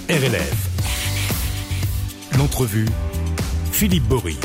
RLF. L'entrevue, Philippe Bory.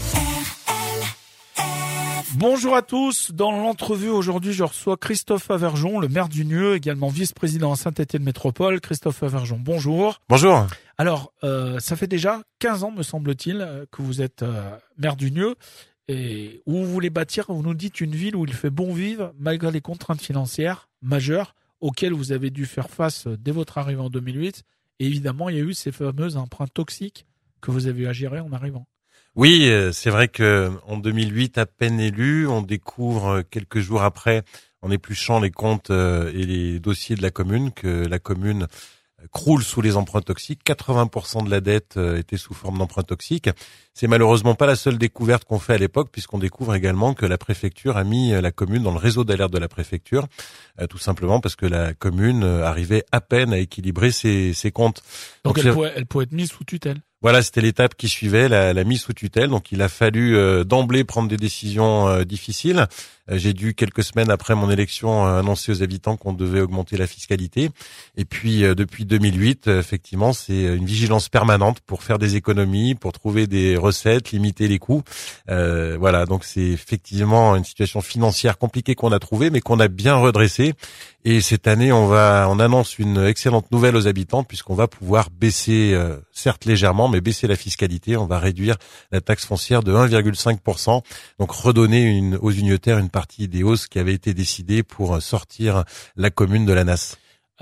Bonjour à tous. Dans l'entrevue aujourd'hui, je reçois Christophe Averjon, le maire du Nieu, également vice-président à Saint-Étienne Métropole. Christophe Averjon, bonjour. Bonjour. Alors, ça fait déjà 15 ans, me semble-t-il, que vous êtes maire du Nieu. Et où vous voulez bâtir, vous nous dites, une ville où il fait bon vivre, malgré les contraintes financières majeures auxquelles vous avez dû faire face dès votre arrivée en 2008. Et évidemment, il y a eu ces fameux emprunts toxiques que vous avez eu à gérer en arrivant. Oui, c'est vrai que en 2008, à peine élu, on découvre quelques jours après, en épluchant les comptes et les dossiers de la commune, que la commune croule sous les emprunts toxiques. 80% de la dette était sous forme d'emprunts toxiques. C'est malheureusement pas la seule découverte qu'on fait à l'époque, puisqu'on découvre également que la préfecture a mis la commune dans le réseau d'alerte de la préfecture, tout simplement parce que la commune arrivait à peine à équilibrer ses comptes. Donc elle pouvait être mise sous tutelle. Voilà, c'était l'étape qui suivait, la mise sous tutelle. Donc, il a fallu d'emblée prendre des décisions difficiles. J'ai dû, quelques semaines après mon élection, annoncer aux habitants qu'on devait augmenter la fiscalité. Et puis, depuis 2008, effectivement, c'est une vigilance permanente pour faire des économies, pour trouver des recettes, limiter les coûts. Voilà, donc c'est effectivement une situation financière compliquée qu'on a trouvée, mais qu'on a bien redressée. Et cette année, on annonce une excellente nouvelle aux habitants, puisqu'on va pouvoir baisser, certes légèrement, mais baisser la fiscalité. On va réduire la taxe foncière de 1,5%. Donc redonner aux Unieux-Terres une partie des hausses qui avaient été décidées pour sortir la commune de la nasse.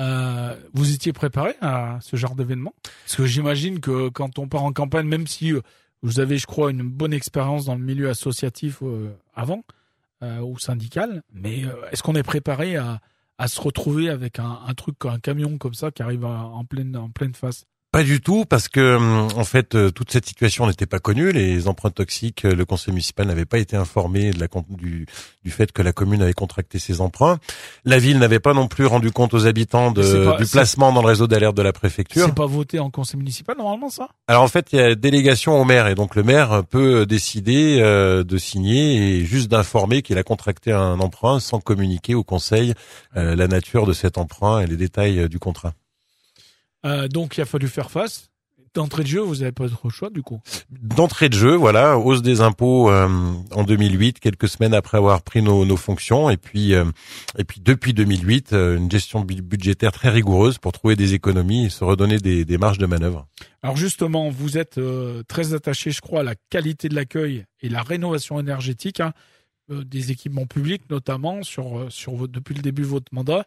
Vous étiez préparé à ce genre d'événement? Parce que j'imagine que quand on part en campagne, même si vous avez, je crois, une bonne expérience dans le milieu associatif avant, ou syndical, mais est-ce qu'on est préparé à se retrouver avec un camion comme ça qui arrive en pleine face? Pas du tout, parce que en fait toute cette situation n'était pas connue. Les emprunts toxiques, le conseil municipal n'avait pas été informé du fait que la commune avait contracté ces emprunts. La ville n'avait pas non plus rendu compte aux habitants du placement dans le réseau d'alerte de la préfecture. C'est pas voté en conseil municipal normalement, ça? Alors en fait, il y a délégation au maire, et donc le maire peut décider de signer et juste d'informer qu'il a contracté un emprunt sans communiquer au conseil la nature de cet emprunt et les détails du contrat. Donc il a fallu faire face. D'entrée de jeu, vous n'avez pas trop le choix du coup. D'entrée de jeu, voilà, hausse des impôts en 2008, quelques semaines après avoir pris nos fonctions, et puis depuis 2008, une gestion budgétaire très rigoureuse pour trouver des économies et se redonner des marges de manœuvre. Alors justement, vous êtes très attaché, je crois, à la qualité de l'accueil et la rénovation énergétique des équipements publics, notamment depuis le début de votre mandat.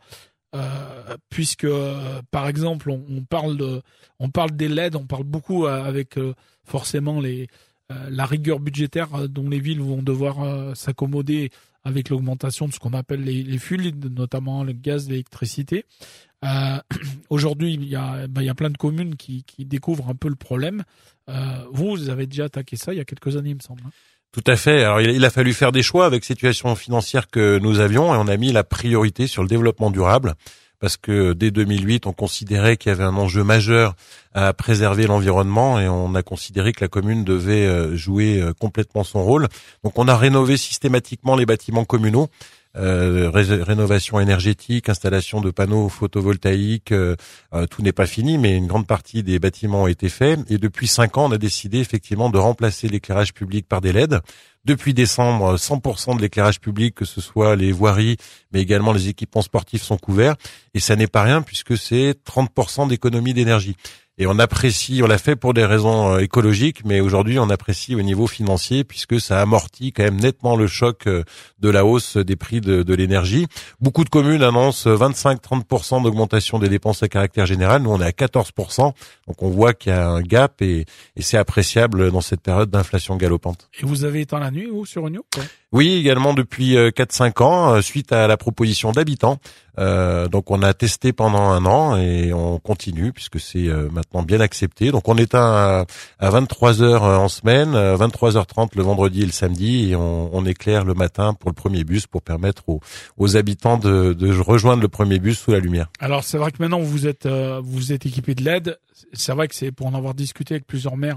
Puisque par exemple on parle des LED, on parle beaucoup avec forcément la rigueur budgétaire dont les villes vont devoir s'accommoder avec l'augmentation de ce qu'on appelle les fluides, notamment le gaz, l'électricité. Aujourd'hui il y a plein de communes qui découvrent un peu le problème. Vous avez déjà attaqué ça il y a quelques années, il me semble. Tout à fait. Alors il a fallu faire des choix avec la situation financière que nous avions, et on a mis la priorité sur le développement durable, parce que dès 2008, on considérait qu'il y avait un enjeu majeur à préserver l'environnement, et on a considéré que la commune devait jouer complètement son rôle. Donc on a rénové systématiquement les bâtiments communaux. Rénovation énergétique, installation de panneaux photovoltaïques, tout n'est pas fini, mais une grande partie des bâtiments ont été faits. Et depuis 5 ans, on a décidé effectivement de remplacer l'éclairage public par des LED. Depuis décembre, 100% de l'éclairage public, que ce soit les voiries, mais également les équipements sportifs, sont couverts. Et ça n'est pas rien, puisque c'est 30% d'économie d'énergie. Et on l'a fait pour des raisons écologiques, mais aujourd'hui on apprécie au niveau financier, puisque ça amortit quand même nettement le choc de la hausse des prix de l'énergie. Beaucoup de communes annoncent 25-30% d'augmentation des dépenses à caractère général. Nous, on est à 14%. Donc on voit qu'il y a un gap, et c'est appréciable dans cette période d'inflation galopante. Et vous avez éteint la nuit, vous, sur Union? Oui, également depuis 4-5 ans, suite à la proposition d'habitants. Donc on a testé pendant 1 an, et on continue puisque c'est maintenant bien accepté. Donc on éteint à 23h en semaine, 23h30 le vendredi et le samedi, et on éclaire le matin pour le premier bus, pour permettre aux habitants de rejoindre le premier bus sous la lumière. Alors c'est vrai que maintenant vous êtes équipé de LED. C'est vrai que c'est pour en avoir discuté avec plusieurs maires.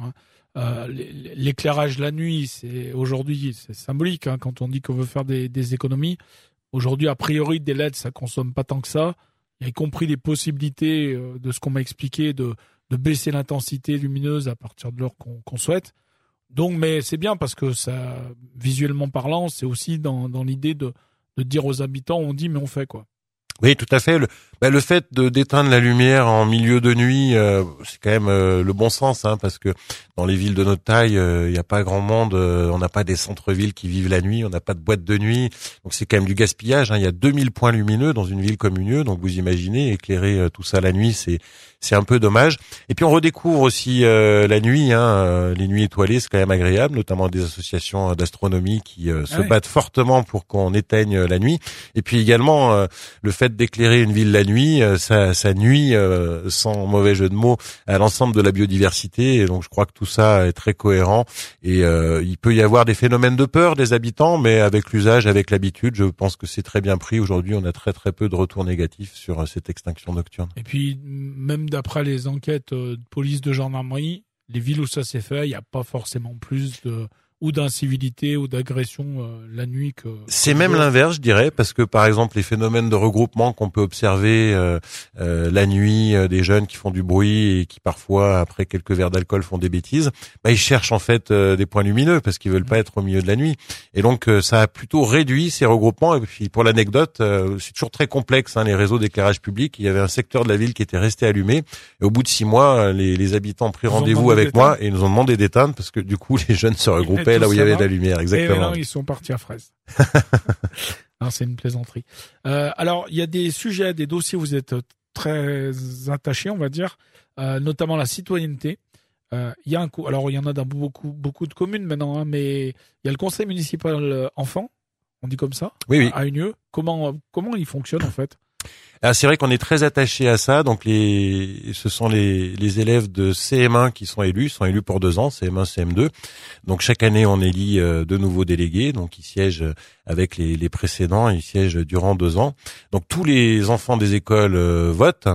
L'éclairage la nuit, aujourd'hui c'est symbolique quand on dit qu'on veut faire des économies. Aujourd'hui, a priori, des LED, ça consomme pas tant que ça. Il y a y compris les possibilités de ce qu'on m'a expliqué de baisser l'intensité lumineuse à partir de l'heure qu'on souhaite. Donc, mais c'est bien parce que ça, visuellement parlant, c'est aussi dans l'idée de dire aux habitants, on dit mais on fait quoi. Oui, tout à fait. Le fait d'éteindre la lumière en milieu de nuit, c'est quand même le bon sens, hein, parce que dans les villes de notre taille, il n'y a pas grand monde. On n'a pas des centres-villes qui vivent la nuit, on n'a pas de boîtes de nuit, donc c'est quand même du gaspillage. Hein. Il y a 2000 points lumineux dans une ville comme Unieux, donc vous imaginez éclairer tout ça la nuit, c'est un peu dommage. Et puis on redécouvre aussi la nuit. Les nuits étoilées, c'est quand même agréable, notamment des associations d'astronomie qui se battent fortement pour qu'on éteigne la nuit. Et puis également le fait d'éclairer une ville la nuit, ça nuit, sans mauvais jeu de mots, à l'ensemble de la biodiversité. Et donc je crois que tout ça est très cohérent. Et il peut y avoir des phénomènes de peur des habitants, mais avec l'usage, avec l'habitude, je pense que c'est très bien pris. Aujourd'hui, on a très très peu de retours négatifs sur cette extinction nocturne. Et puis même d'après les enquêtes de police, de gendarmerie, les villes où ça s'est fait, il n'y a pas forcément plus d'incivilité ou d'agression la nuit que... C'est même l'inverse, je dirais, parce que par exemple les phénomènes de regroupement qu'on peut observer la nuit, des jeunes qui font du bruit et qui parfois après quelques verres d'alcool font des bêtises, ils cherchent en fait des points lumineux parce qu'ils veulent pas être au milieu de la nuit. Et donc ça a plutôt réduit ces regroupements. Et puis pour l'anecdote, c'est toujours très complexe, les réseaux d'éclairage public. Il y avait un secteur de la ville qui était resté allumé et au bout de 6 mois, les habitants ont pris rendez-vous avec moi et ils nous ont demandé d'éteindre parce que du coup les jeunes se regroupaient là où il y avait de la lumière, exactement. Et maintenant, ils sont partis à Fraise. Non, c'est une plaisanterie. Alors, il y a des sujets, des dossiers où vous êtes très attachés, on va dire, notamment la citoyenneté. Il y a alors il y en a dans beaucoup de communes maintenant, mais il y a le conseil municipal enfant, on dit comme ça, oui. À Unieux. Comment il fonctionne en fait? C'est vrai qu'on est très attaché à ça. Donc ce sont les élèves de CM1 qui sont élus pour 2 ans, CM1, CM2. Donc chaque année on élit de nouveaux délégués, donc ils siègent avec les précédents, ils siègent durant 2 ans. Donc tous les enfants des écoles votent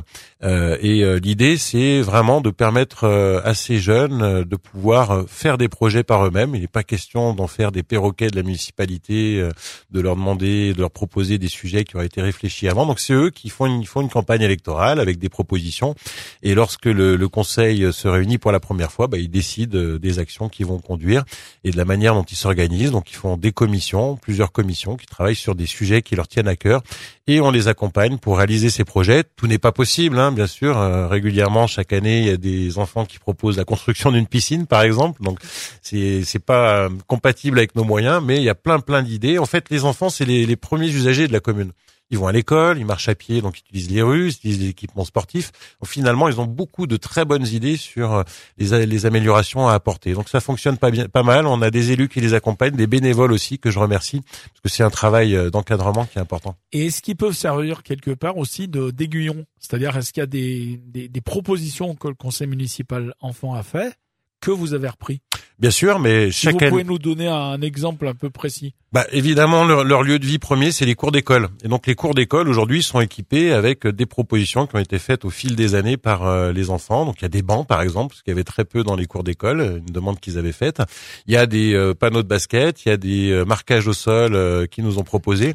et l'idée c'est vraiment de permettre à ces jeunes de pouvoir faire des projets par eux-mêmes. Il n'est pas question d'en faire des perroquets de la municipalité, de leur demander, de leur proposer des sujets qui auraient été réfléchis avant. Donc c'est eux qui font une campagne électorale avec des propositions et lorsque le conseil se réunit pour la première fois, ils décident des actions qu'ils vont conduire et de la manière dont ils s'organisent. Donc ils font des commissions, plusieurs commissions qui travaillent sur des sujets qui leur tiennent à cœur et on les accompagne pour réaliser ces projets. Tout n'est pas possible, bien sûr. Régulièrement, chaque année, il y a des enfants qui proposent la construction d'une piscine, par exemple. Donc c'est pas compatible avec nos moyens, mais il y a plein d'idées. En fait, les enfants, c'est les premiers usagers de la commune. Ils vont à l'école, ils marchent à pied, donc ils utilisent les rues, ils utilisent les équipements sportifs. Donc finalement, ils ont beaucoup de très bonnes idées sur les améliorations à apporter. Donc ça fonctionne pas mal. On a des élus qui les accompagnent, des bénévoles aussi que je remercie, parce que c'est un travail d'encadrement qui est important. Et est-ce qu'ils peuvent servir quelque part aussi d'aiguillon? C'est-à-dire, est-ce qu'il y a des propositions que le conseil municipal enfant a fait que vous avez repris? Bien sûr, mais si vous pouvez nous donner un exemple un peu précis. Évidemment, leur lieu de vie premier, c'est les cours d'école. Et donc les cours d'école aujourd'hui sont équipés avec des propositions qui ont été faites au fil des années par les enfants. Donc il y a des bancs par exemple, parce qu'il y avait très peu dans les cours d'école, une demande qu'ils avaient faite. Il y a des panneaux de basket, il y a des marquages au sol qu'ils nous ont proposés.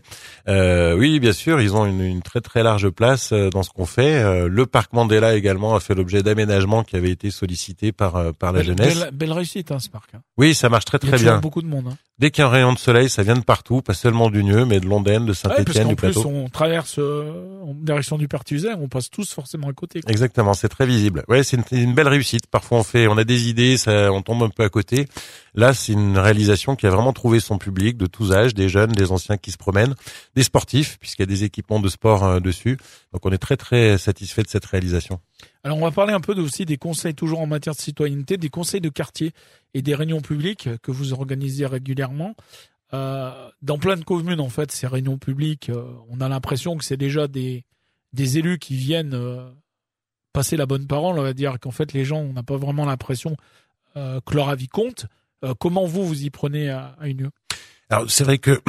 Oui, bien sûr, ils ont une très très large place dans ce qu'on fait. Le parc Mandela également a fait l'objet d'aménagements qui avaient été sollicités par la jeunesse. Belle réussite, ce parc. Oui, ça marche très bien. Il y a beaucoup de monde. Dès qu'il y a un rayon de soleil, ça vient de partout, pas seulement d'Unieux, mais de Londaine, de Saint-Étienne, du Plateau. En plus, on traverse en direction du Pertuiset, on passe tous forcément à côté. Exactement, c'est très visible. Ouais, c'est une belle réussite. Parfois, on a des idées, on tombe un peu à côté. Là, c'est une réalisation qui a vraiment trouvé son public de tous âges, des jeunes, des anciens qui se promènent, des sportifs, puisqu'il y a des équipements de sport dessus. Donc, on est très, très satisfait de cette réalisation. Alors, on va parler un peu aussi des conseils, toujours en matière de citoyenneté, des conseils de quartier et des réunions publiques que vous organisez régulièrement. Dans plein de communes, en fait, ces réunions publiques, on a l'impression que c'est déjà des élus qui viennent passer la bonne parole, on va dire qu'en fait, les gens, on n'a pas vraiment l'impression que leur avis compte. Comment vous y prenez à Unieux? Alors c'est vrai que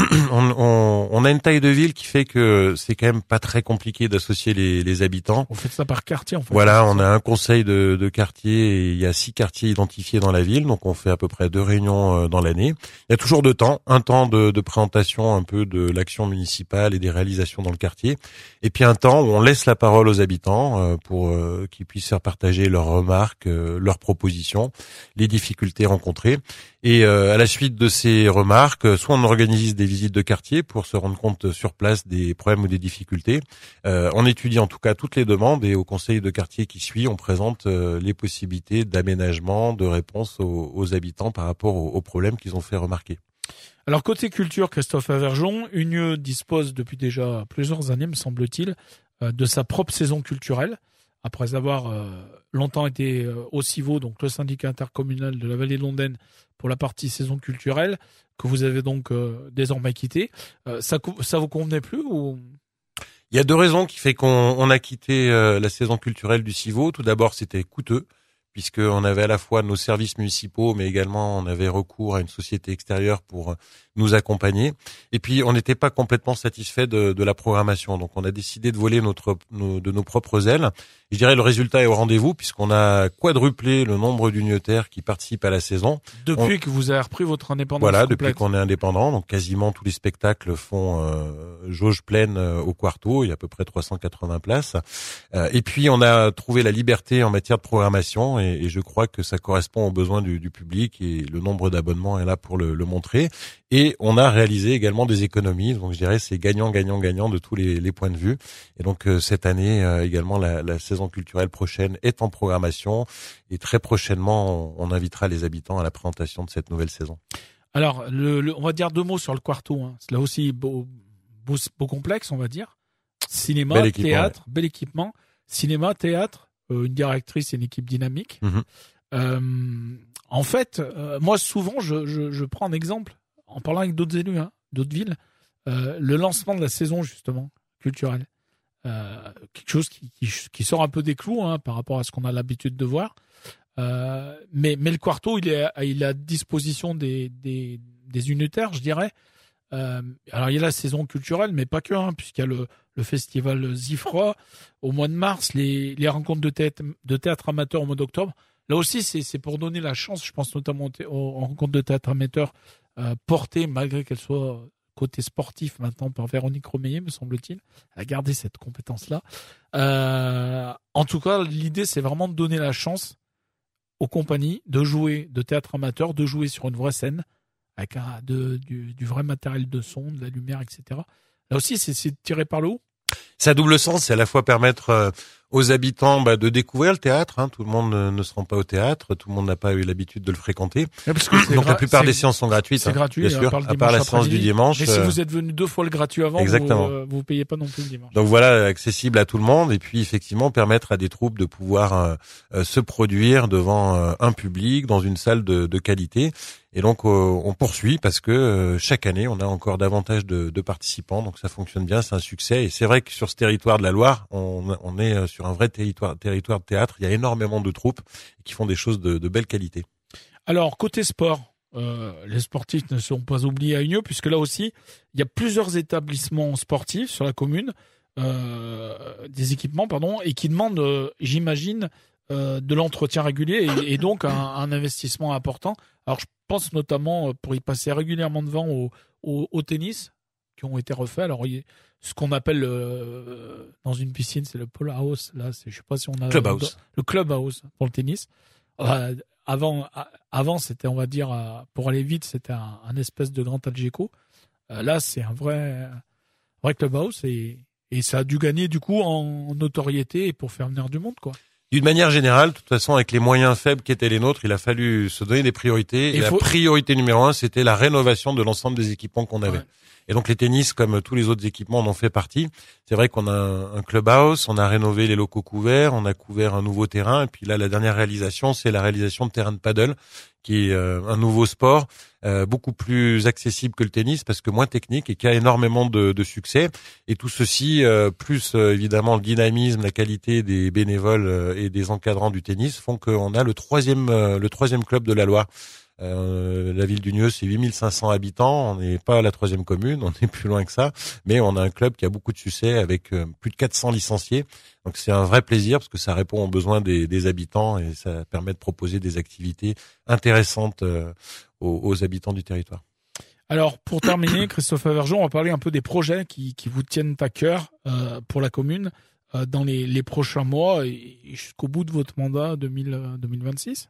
on a une taille de ville qui fait que c'est quand même pas très compliqué d'associer les habitants. On fait ça par quartier en fait. Voilà, on a un conseil de quartier et il y a 6 quartiers identifiés dans la ville, donc on fait à peu près 2 réunions dans l'année. Il y a toujours un temps de présentation un peu de l'action municipale et des réalisations dans le quartier, et puis un temps où on laisse la parole aux habitants pour qu'ils puissent faire partager leurs remarques, leurs propositions, les difficultés rencontrées. Et à la suite de ces remarques, soit on organise des visites de quartier pour se rendre compte sur place des problèmes ou des difficultés. On étudie en tout cas toutes les demandes et au conseil de quartier qui suit, on présente les possibilités d'aménagement, de réponse aux habitants par rapport aux problèmes qu'ils ont fait remarquer. Alors côté culture, Christophe Averjon, Unieux dispose depuis déjà plusieurs années, me semble-t-il, de sa propre saison culturelle. Après avoir longtemps été au CIVO, donc le syndicat intercommunal de la Vallée de l'Ondaine, pour la partie saison culturelle, que vous avez donc désormais quitté. Ça vous convenait plus ou... Il y a 2 raisons qui fait qu'on a quitté la saison culturelle du CIVO. Tout d'abord, c'était coûteux, puisqu'on avait à la fois nos services municipaux, mais également on avait recours à une société extérieure pour nous accompagner. Et puis, on n'était pas complètement satisfait de la programmation. Donc, on a décidé de voler de nos propres ailes. Je dirais le résultat est au rendez-vous, puisqu'on a quadruplé le nombre d'uniutaires qui participent à la saison. Depuis que vous avez repris votre indépendance Voilà, complète. depuis qu'on est indépendant. Donc, quasiment tous les spectacles font jauge pleine au Quarto. Il y a à peu près 380 places. Et puis, on a trouvé la liberté en matière de programmation. Et je crois que ça correspond aux besoins du public. Et le nombre d'abonnements est là pour le montrer. Et on a réalisé également des économies. Donc, je dirais, c'est gagnant de tous les points de vue. Et donc, cette année, également, la saison culturelle prochaine est en programmation. Et très prochainement, on invitera les habitants à la présentation de cette nouvelle saison. Alors, on va dire 2 mots sur le Quarto. Hein. C'est là aussi beau complexe, on va dire. Cinéma, théâtre, ouais. Bel équipement. Cinéma, théâtre, une directrice et une équipe dynamique. En fait, moi, souvent, je prends un exemple, en parlant avec d'autres élus, d'autres villes, le lancement de la saison, justement, culturelle. Quelque chose qui sort un peu des clous par rapport à ce qu'on a l'habitude de voir. Mais le Quarto, il est à disposition des unitaires, je dirais. Alors, il y a la saison culturelle, mais pas que, puisqu'il y a le festival Zifra au mois de mars, les rencontres de théâtre amateur au mois d'octobre. Là aussi, c'est pour donner la chance, je pense notamment aux rencontres de théâtre amateur portées, malgré qu'elles soient côté sportif maintenant par Véronique Romeillet, me semble-t-il. Elle a gardé cette compétence-là. En tout cas, l'idée, c'est vraiment de donner la chance aux compagnies de jouer de théâtre amateur, de jouer sur une vraie scène, avec du vrai matériel de son, de la lumière, etc. Là aussi, c'est tiré par le haut. C'est à double sens, c'est à la fois permettre aux habitants de découvrir le théâtre. Tout le monde ne se rend pas au théâtre, tout le monde n'a pas eu l'habitude de le fréquenter. Donc la plupart des séances sont gratuites. C'est gratuit, bien sûr, à part la séance du dimanche. Mais si vous êtes venu 2 fois le gratuit avant, vous payez pas non plus le dimanche. Donc voilà, accessible à tout le monde et puis effectivement permettre à des troupes de pouvoir se produire devant un public dans une salle de qualité. Et donc on poursuit parce que chaque année on a encore davantage de participants, donc ça fonctionne bien, c'est un succès. Et c'est vrai que sur ce territoire de la Loire, on est sur un vrai territoire de théâtre. Il y a énormément de troupes qui font des choses de belle qualité. Alors côté sport, les sportifs ne sont pas oubliés à Unieux, puisque là aussi il y a plusieurs établissements sportifs sur la commune, des équipements et qui demandent, j'imagine, de l'entretien régulier et donc un investissement important. Alors je pense notamment pour y passer régulièrement devant au tennis qui ont été refaits. Alors ce qu'on appelle dans une piscine, c'est le pool house. Là, je sais pas si on a le clubhouse pour le tennis. Avant, c'était, on va dire, pour aller vite, c'était un espèce de grand Algeco. Là, c'est un vrai clubhouse et ça a dû gagner du coup en notoriété et pour faire venir du monde, quoi. D'une manière générale, de toute façon, avec les moyens faibles qui étaient les nôtres, il a fallu se donner des priorités. Et la priorité numéro 1, c'était la rénovation de l'ensemble des équipements qu'on avait. Ouais. Et donc les tennis, comme tous les autres équipements, en ont fait partie. C'est vrai qu'on a un clubhouse, on a rénové les locaux couverts, on a couvert un nouveau terrain. Et puis là, la dernière réalisation, c'est la réalisation de terrain de paddle, qui est un nouveau sport, beaucoup plus accessible que le tennis parce que moins technique et qui a énormément de succès. Et tout ceci, plus évidemment le dynamisme, la qualité des bénévoles et des encadrants du tennis, font qu'on a le troisième club de la Loire La ville d'Unieux, c'est 8500 habitants. On n'est pas la 3e commune, on est plus loin que ça, mais on a un club qui a beaucoup de succès avec plus de 400 licenciés. Donc c'est un vrai plaisir parce que ça répond aux besoins des habitants et ça permet de proposer des activités intéressantes aux habitants du territoire. Alors, pour terminer, Christophe Averjon, on va parler un peu des projets qui vous tiennent à cœur pour la commune dans les prochains mois et jusqu'au bout de votre mandat 2026.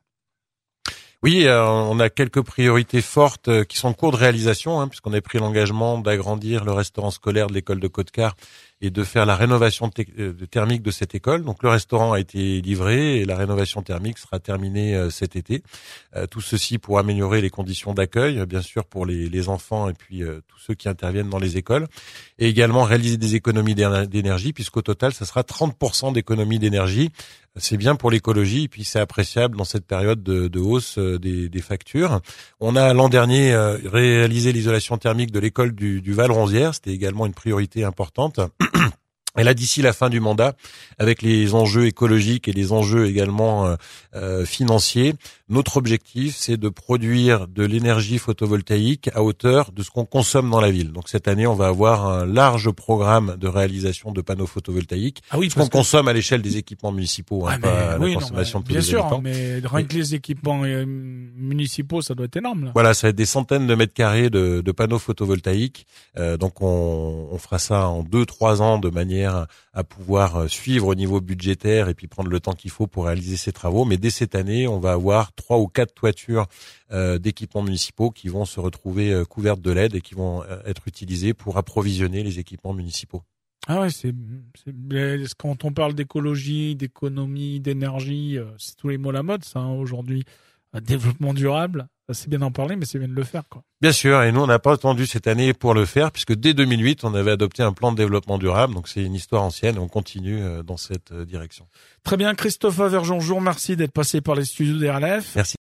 Oui, on a quelques priorités fortes qui sont en cours de réalisation, puisqu'on a pris l'engagement d'agrandir le restaurant scolaire de l'école de Côte-Quart et de faire la rénovation thermique de cette école. Donc le restaurant a été livré et la rénovation thermique sera terminée cet été. Tout ceci pour améliorer les conditions d'accueil, bien sûr pour les enfants et puis tous ceux qui interviennent dans les écoles. Et également réaliser des économies d'énergie, puisqu'au total, ça sera 30% d'économies d'énergie. C'est bien pour l'écologie et puis c'est appréciable dans cette période de hausse des factures. On a l'an dernier réalisé l'isolation thermique de l'école du Val-Ronzière. C'était également une priorité importante. Et là, d'ici la fin du mandat, avec les enjeux écologiques et les enjeux également financiers, notre objectif, c'est de produire de l'énergie photovoltaïque à hauteur de ce qu'on consomme dans la ville. Donc cette année, on va avoir un large programme de réalisation de panneaux photovoltaïques, ce qu'on consomme à l'échelle des équipements municipaux, pas la consommation de tous les habitants. Bien sûr, mais rien que les équipements municipaux, ça doit être énorme. Là. Voilà, ça va être des centaines de mètres carrés de panneaux photovoltaïques. Donc on fera ça en 2-3 ans de manière à pouvoir suivre au niveau budgétaire et puis prendre le temps qu'il faut pour réaliser ces travaux. Mais dès cette année, on va avoir 3 ou 4 toitures d'équipements municipaux qui vont se retrouver couvertes de LED et qui vont être utilisées pour approvisionner les équipements municipaux. Ah ouais, quand on parle d'écologie, d'économie, d'énergie, c'est tous les mots à la mode, ça, aujourd'hui. Développement durable, c'est bien d'en parler, mais c'est bien de le faire, quoi. Bien sûr, et nous, on n'a pas attendu cette année pour le faire, puisque dès 2008, on avait adopté un plan de développement durable, donc c'est une histoire ancienne, et on continue dans cette direction. Très bien, Christophe Averjon, je vous remercie d'être passé par les studios d'RLF. Merci.